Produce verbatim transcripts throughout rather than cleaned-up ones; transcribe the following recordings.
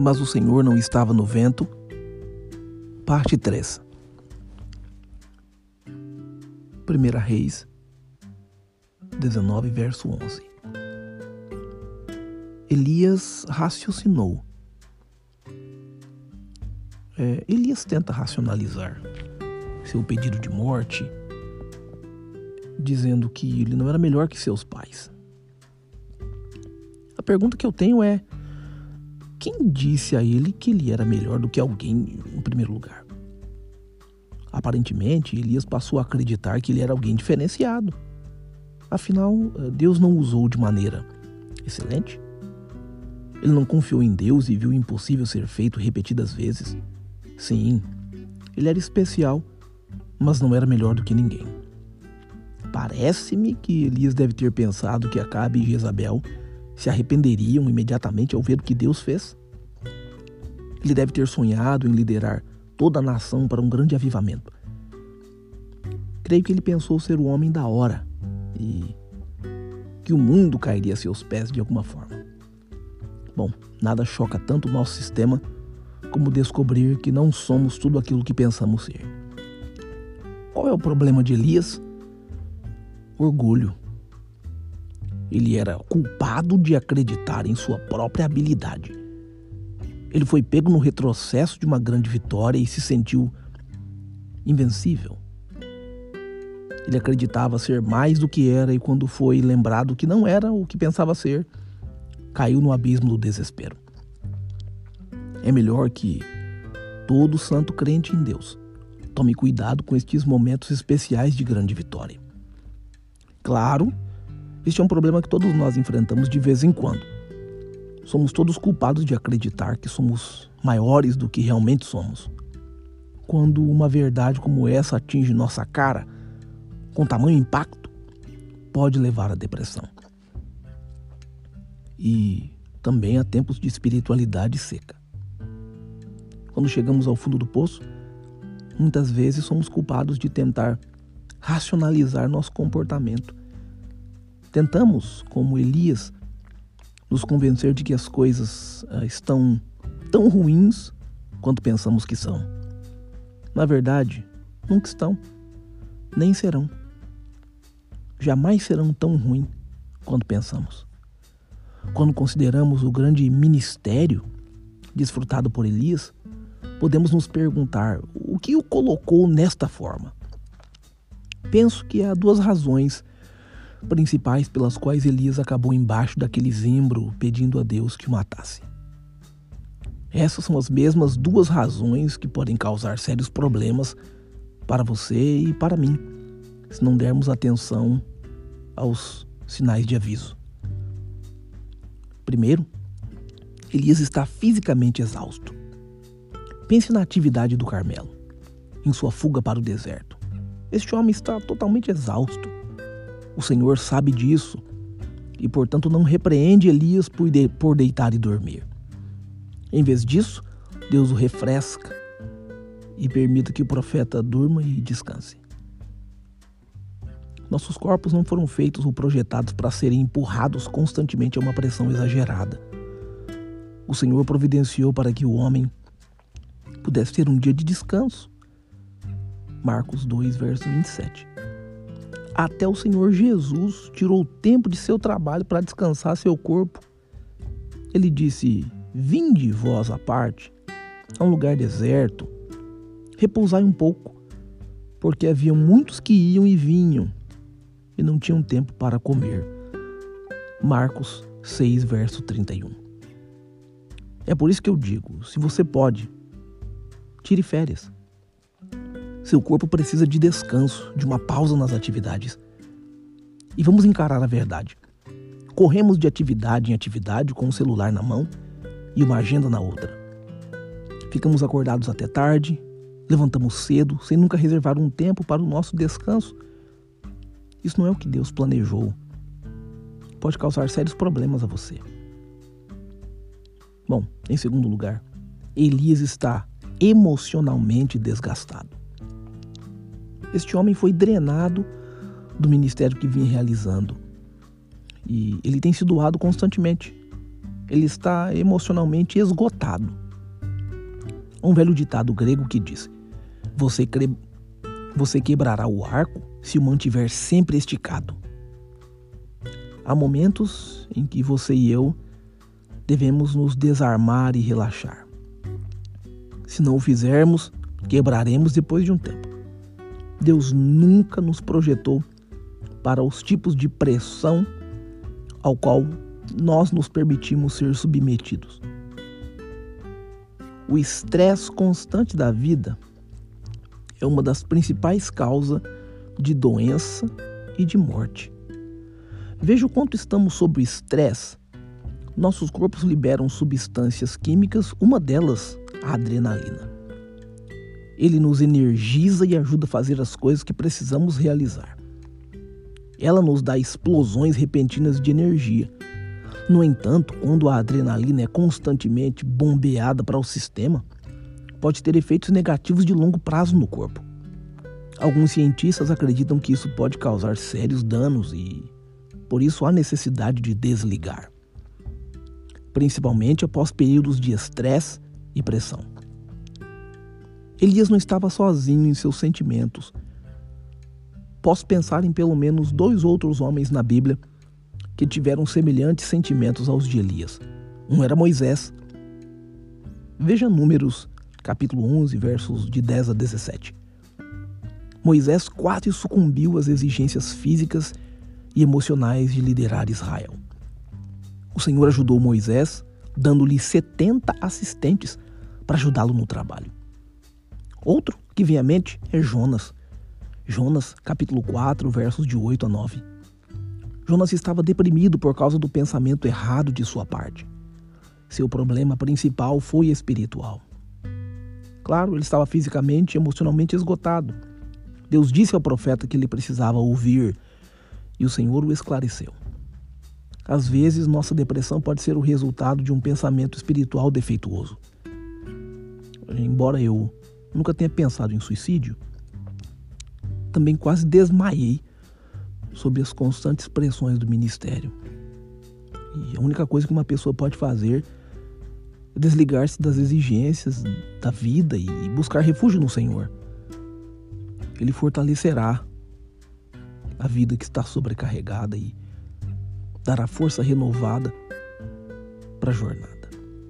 Mas o Senhor não estava no vento. Parte três. Primeira Reis dezenove, verso onze. Elias raciocinou. É, Elias tenta racionalizar seu pedido de morte, dizendo que ele não era melhor que seus pais. A pergunta que eu tenho é: quem disse a ele que ele era melhor do que alguém em primeiro lugar? Aparentemente, Elias passou a acreditar que ele era alguém diferenciado. Afinal, Deus não o usou de maneira excelente. Ele não confiou em Deus e viu o impossível ser feito repetidas vezes. Sim, ele era especial, mas não era melhor do que ninguém. Parece-me que Elias deve ter pensado que Acabe e Jezabel se arrependeriam imediatamente ao ver o que Deus fez. Ele deve ter sonhado em liderar toda a nação para um grande avivamento. Creio que ele pensou ser o homem da hora e que o mundo cairia a seus pés de alguma forma. Bom, nada choca tanto o nosso sistema como descobrir que não somos tudo aquilo que pensamos ser. Qual é o problema de Elias? Orgulho. Ele era culpado de acreditar em sua própria habilidade. Ele foi pego no retrocesso de uma grande vitória e se sentiu invencível. Ele acreditava ser mais do que era e quando foi lembrado que não era o que pensava ser, caiu no abismo do desespero. É melhor que todo santo crente em Deus tome cuidado com estes momentos especiais de grande vitória. Claro, este é um problema que todos nós enfrentamos de vez em quando. Somos todos culpados de acreditar que somos maiores do que realmente somos. Quando uma verdade como essa atinge nossa cara, com tamanho impacto, pode levar à depressão. E também há tempos de espiritualidade seca. Quando chegamos ao fundo do poço, muitas vezes somos culpados de tentar racionalizar nosso comportamento. Tentamos, como Elias, nos convencer de que as coisas uh, estão tão ruins quanto pensamos que são. Na verdade, nunca estão, nem serão. Jamais serão tão ruins quanto pensamos. Quando consideramos o grande ministério desfrutado por Elias, podemos nos perguntar o que o colocou nesta forma. Penso que há duas razões principais pelas quais Elias acabou embaixo daquele zimbro pedindo a Deus que o matasse. Essas são as mesmas duas razões que podem causar sérios problemas para você e para mim, se não dermos atenção aos sinais de aviso. Primeiro, Elias está fisicamente exausto. Pense na atividade do Carmelo, em sua fuga para o deserto. Este homem está totalmente exausto. O Senhor sabe disso e, portanto, não repreende Elias por, de, por deitar e dormir. Em vez disso, Deus o refresca e permita que o profeta durma e descanse. Nossos corpos não foram feitos ou projetados para serem empurrados constantemente a uma pressão exagerada. O Senhor providenciou para que o homem pudesse ter um dia de descanso. Marcos dois, verso vinte e sete. Até o Senhor Jesus tirou o tempo de seu trabalho para descansar seu corpo. Ele disse: vinde vós à parte, a um lugar deserto, repousai um pouco, porque havia muitos que iam e vinham, e não tinham tempo para comer. Marcos seis, verso trinta e um. É por isso que eu digo, se você pode, tire férias. Seu corpo precisa de descanso, de uma pausa nas atividades. E vamos encarar a verdade. Corremos de atividade em atividade com o celular na mão e uma agenda na outra. Ficamos acordados até tarde, levantamos cedo, sem nunca reservar um tempo para o nosso descanso. Isso não é o que Deus planejou. Pode causar sérios problemas a você. Bom, em segundo lugar, Elias está emocionalmente desgastado. Este homem foi drenado do ministério que vinha realizando. E ele tem se doado constantemente. ele está emocionalmente esgotado. Há um velho ditado grego que diz: você, cre... você quebrará o arco se o mantiver sempre esticado. Há momentos em que você e eu devemos nos desarmar e relaxar. Se não o fizermos, quebraremos depois de um tempo. Deus nunca nos projetou para os tipos de pressão ao qual nós nos permitimos ser submetidos. O estresse constante da vida é uma das principais causas de doença e de morte. Veja o quanto estamos sob estresse. Nossos corpos liberam substâncias químicas, uma delas a adrenalina. Ele nos energiza e ajuda a fazer as coisas que precisamos realizar. Ela nos dá explosões repentinas de energia. No entanto, quando a adrenalina é constantemente bombeada para o sistema, pode ter efeitos negativos de longo prazo no corpo. Alguns cientistas acreditam que isso pode causar sérios danos e, por isso, há necessidade de desligar, principalmente após períodos de estresse e pressão. Elias não estava sozinho em seus sentimentos. Posso pensar em pelo menos dois outros homens na Bíblia que tiveram semelhantes sentimentos aos de Elias. Um era Moisés. Veja Números, capítulo onze, versos de dez a dezessete. Moisés quase sucumbiu às exigências físicas e emocionais de liderar Israel. O Senhor ajudou Moisés, dando-lhe setenta assistentes para ajudá-lo no trabalho. Outro que vem à mente é Jonas. Jonas, capítulo quatro, versos de oito a nove. Jonas estava deprimido por causa do pensamento errado de sua parte. Seu problema principal foi espiritual. Claro, ele estava fisicamente e emocionalmente esgotado. Deus disse ao profeta que ele precisava ouvir, e o Senhor o esclareceu. Às vezes, nossa depressão pode ser o resultado de um pensamento espiritual defeituoso. Embora eu nunca tenha pensado em suicídio, também quase desmaiei sob as constantes pressões do ministério. E a única coisa que uma pessoa pode fazer é desligar-se das exigências da vida e buscar refúgio no Senhor. Ele fortalecerá a vida que está sobrecarregada e dará força renovada para a jornada.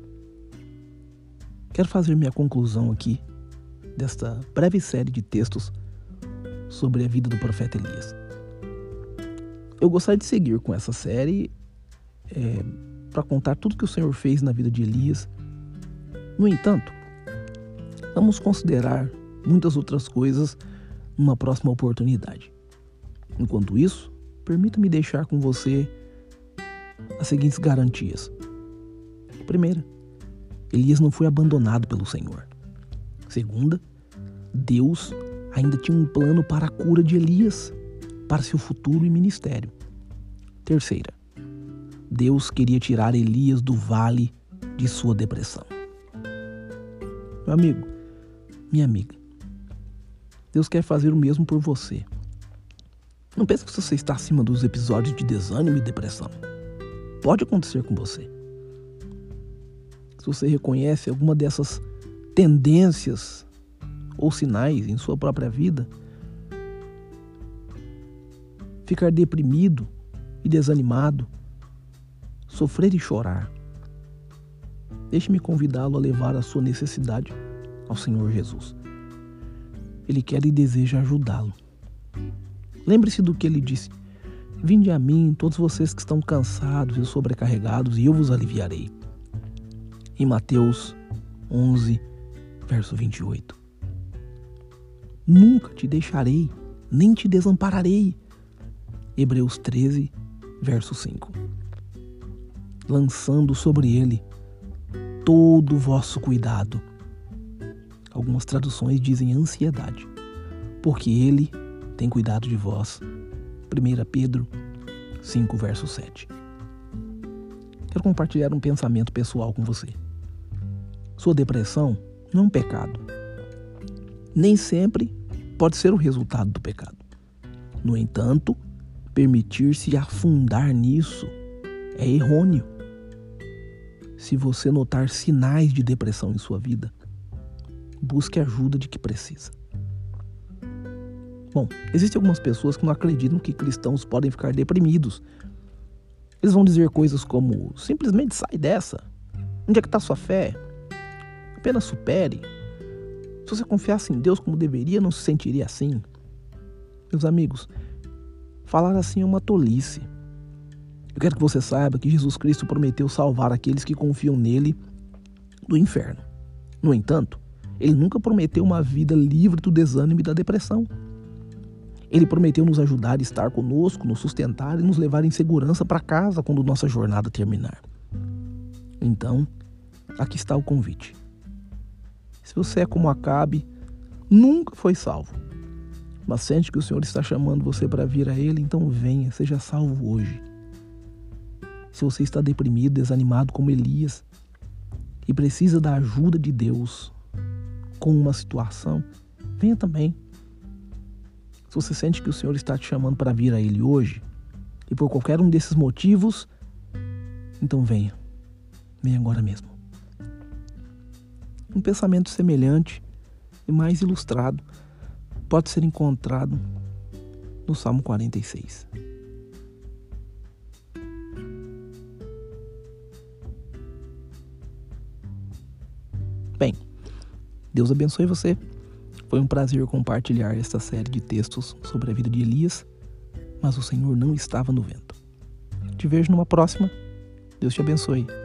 Quero fazer minha conclusão aqui desta breve série de textos sobre a vida do profeta Elias. Eu gostaria de seguir com essa série é, para contar tudo que o Senhor fez na vida de Elias. No entanto, vamos considerar muitas outras coisas numa próxima oportunidade. Enquanto isso, permita-me deixar com você as seguintes garantias. Primeira, Elias não foi abandonado pelo Senhor. Segunda, Deus ainda tinha um plano para a cura de Elias, para seu futuro e ministério. Terceira, Deus queria tirar Elias do vale de sua depressão. Meu amigo, minha amiga, Deus quer fazer o mesmo por você. Não pense que você está acima dos episódios de desânimo e depressão. Pode acontecer com você. Se você reconhece alguma dessas tendências ou sinais em sua própria vida, ficar deprimido e desanimado, sofrer e chorar, deixe-me convidá-lo a levar a sua necessidade ao Senhor Jesus. Ele quer e deseja ajudá-lo. Lembre-se do que ele disse: vinde a mim, todos vocês que estão cansados e sobrecarregados, e eu vos aliviarei. Em Mateus onze, verso vinte e oito. Nunca te deixarei, nem te desampararei. Hebreus treze, verso cinco. Lançando sobre ele todo o vosso cuidado. Algumas traduções dizem ansiedade, porque ele tem cuidado de vós. primeira Pedro cinco, verso sete. Quero compartilhar um pensamento pessoal com você. Sua depressão não é um pecado. Nem sempre pode ser o resultado do pecado. No entanto, permitir-se afundar nisso é errôneo. Se você notar sinais de depressão em sua vida, busque a ajuda de que precisa. Bom, existem algumas pessoas que não acreditam que cristãos podem ficar deprimidos. Eles vão dizer coisas como, simplesmente sai dessa. Onde é que está sua fé? Apenas supere. Se você confiasse em Deus como deveria, não se sentiria assim. Meus amigos, falar assim é uma tolice. Eu quero que você saiba que Jesus Cristo prometeu salvar aqueles que confiam nele do inferno. No entanto, ele nunca prometeu uma vida livre do desânimo e da depressão. Ele prometeu nos ajudar a estar conosco, nos sustentar e nos levar em segurança para casa quando nossa jornada terminar. Então, aqui está o convite. Se você é como Acabe, nunca foi salvo, mas sente que o Senhor está chamando você para vir a Ele, então venha, seja salvo hoje. Se você está deprimido, desanimado como Elias e precisa da ajuda de Deus com uma situação, venha também. Se você sente que o Senhor está te chamando para vir a Ele hoje e por qualquer um desses motivos, então venha. Venha agora mesmo. Um pensamento semelhante e mais ilustrado pode ser encontrado no Salmo quarenta e seis. Bem, Deus abençoe você. Foi um prazer compartilhar esta série de textos sobre a vida de Elias, mas o Senhor não estava no vento. Te vejo numa próxima. Deus te abençoe.